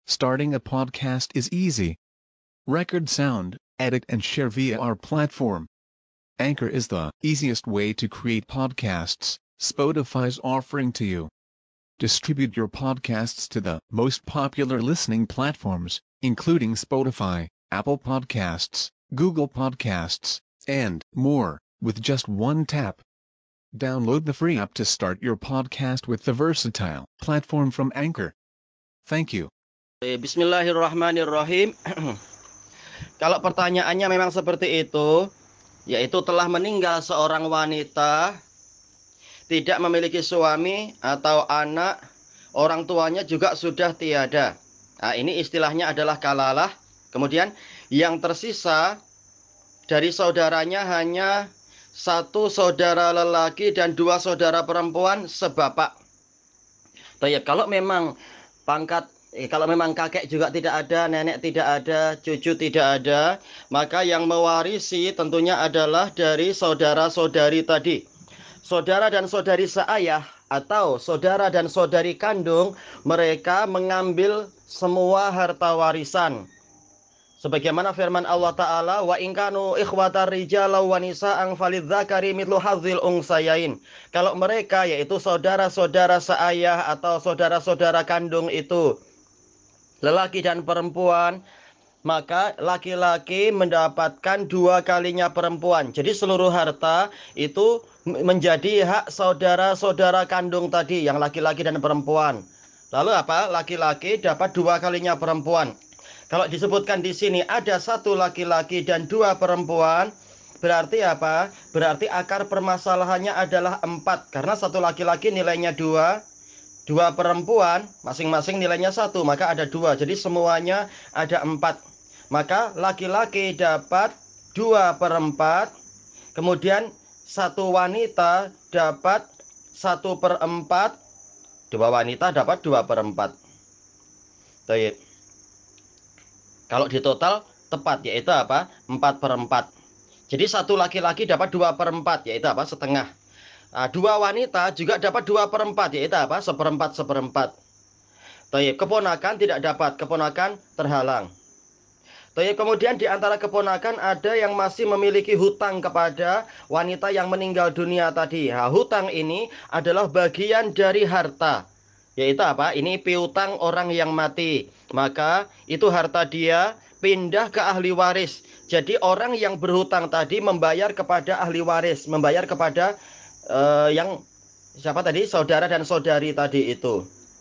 Starting a podcast is easy. Record sound, edit and share via our platform. Anchor is the easiest way to create podcasts Spotify's offering to you. Distribute your podcasts to the most popular listening platforms, including Spotify, Apple Podcasts, Google Podcasts, and more, with just one tap. Download the free app to start your podcast with the versatile platform from Anchor. Thank you. Bismillahirrahmanirrahim. Kalau pertanyaannya memang seperti itu, yaitu telah meninggal seorang wanita, tidak memiliki suami atau anak, orang tuanya juga sudah tiada. Nah, ini istilahnya adalah kalalah. Kemudian yang tersisa dari saudaranya hanya satu saudara lelaki dan dua saudara perempuan sebapak. Kalau memang kalau memang kakek juga tidak ada, nenek tidak ada, cucu tidak ada, maka yang mewarisi tentunya adalah dari saudara-saudari tadi. Saudara dan saudari seayah atau saudara dan saudari kandung, mereka mengambil semua harta warisan. Sebagaimana firman Allah Ta'ala, wa inkanu ikhwatar rijala wa nisa'an falidzakari mitlu hadzil unsayain. Kalau mereka yaitu saudara-saudara seayah atau saudara-saudara kandung itu lelaki dan perempuan, maka laki-laki mendapatkan dua kalinya perempuan. Jadi seluruh harta itu menjadi hak saudara-saudara kandung tadi, yang laki-laki dan perempuan. Lalu apa? Laki-laki dapat dua kalinya perempuan. Kalau disebutkan di sini ada satu laki-laki dan dua perempuan, berarti apa? Berarti akar permasalahannya adalah 4. Karena satu laki-laki nilainya 2, dua perempuan masing-masing nilainya 1, maka ada 2. Jadi semuanya ada 4. Maka laki-laki dapat 2/4, kemudian satu wanita dapat 1/4, dua wanita dapat 2/4. Baik. Kalau di total tepat yaitu apa? 4/4. Jadi satu laki-laki dapat 2/4 yaitu apa? Setengah. Nah, dua wanita juga dapat 2/4 yaitu apa? 1/4. Keponakan tidak dapat, keponakan terhalang. Kemudian di antara keponakan ada yang masih memiliki hutang kepada wanita yang meninggal dunia tadi. Nah, hutang ini adalah bagian dari harta. Yaitu apa? Ini piutang orang yang mati. Maka itu harta dia pindah ke ahli waris. Jadi orang yang berhutang tadi membayar kepada ahli waris, membayar kepada yang siapa tadi? Saudara dan saudari tadi itu.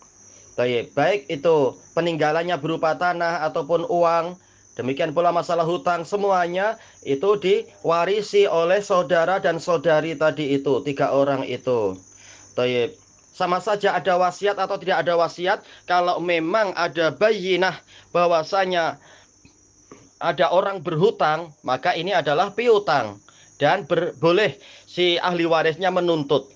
Baik itu peninggalannya berupa tanah ataupun uang. Demikian pula masalah hutang, semuanya itu diwarisi oleh saudara dan saudari tadi itu, 3 orang itu. Sama saja ada wasiat atau tidak ada wasiat, kalau memang ada bayinah bahwasanya ada orang berhutang, maka ini adalah piutang dan boleh si ahli warisnya menuntut.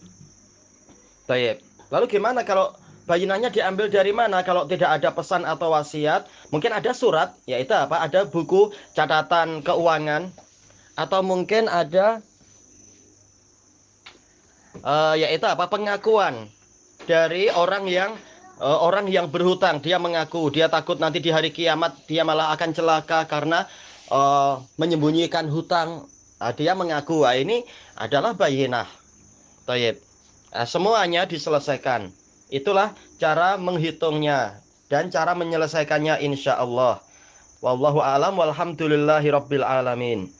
Lalu gimana kalau bayinahnya diambil dari mana kalau tidak ada pesan atau wasiat? Mungkin ada surat, yaitu apa? Ada buku catatan keuangan, atau mungkin ada yaitu apa? Pengakuan dari orang yang berhutang. Dia mengaku, dia takut nanti di hari kiamat dia malah akan celaka karena menyembunyikan hutang. Dia mengaku. Ini adalah bayinah. Semuanya diselesaikan. Itulah cara menghitungnya dan cara menyelesaikannya insya Allah. Wallahu a'lam walhamdulillahi rabbil alamin.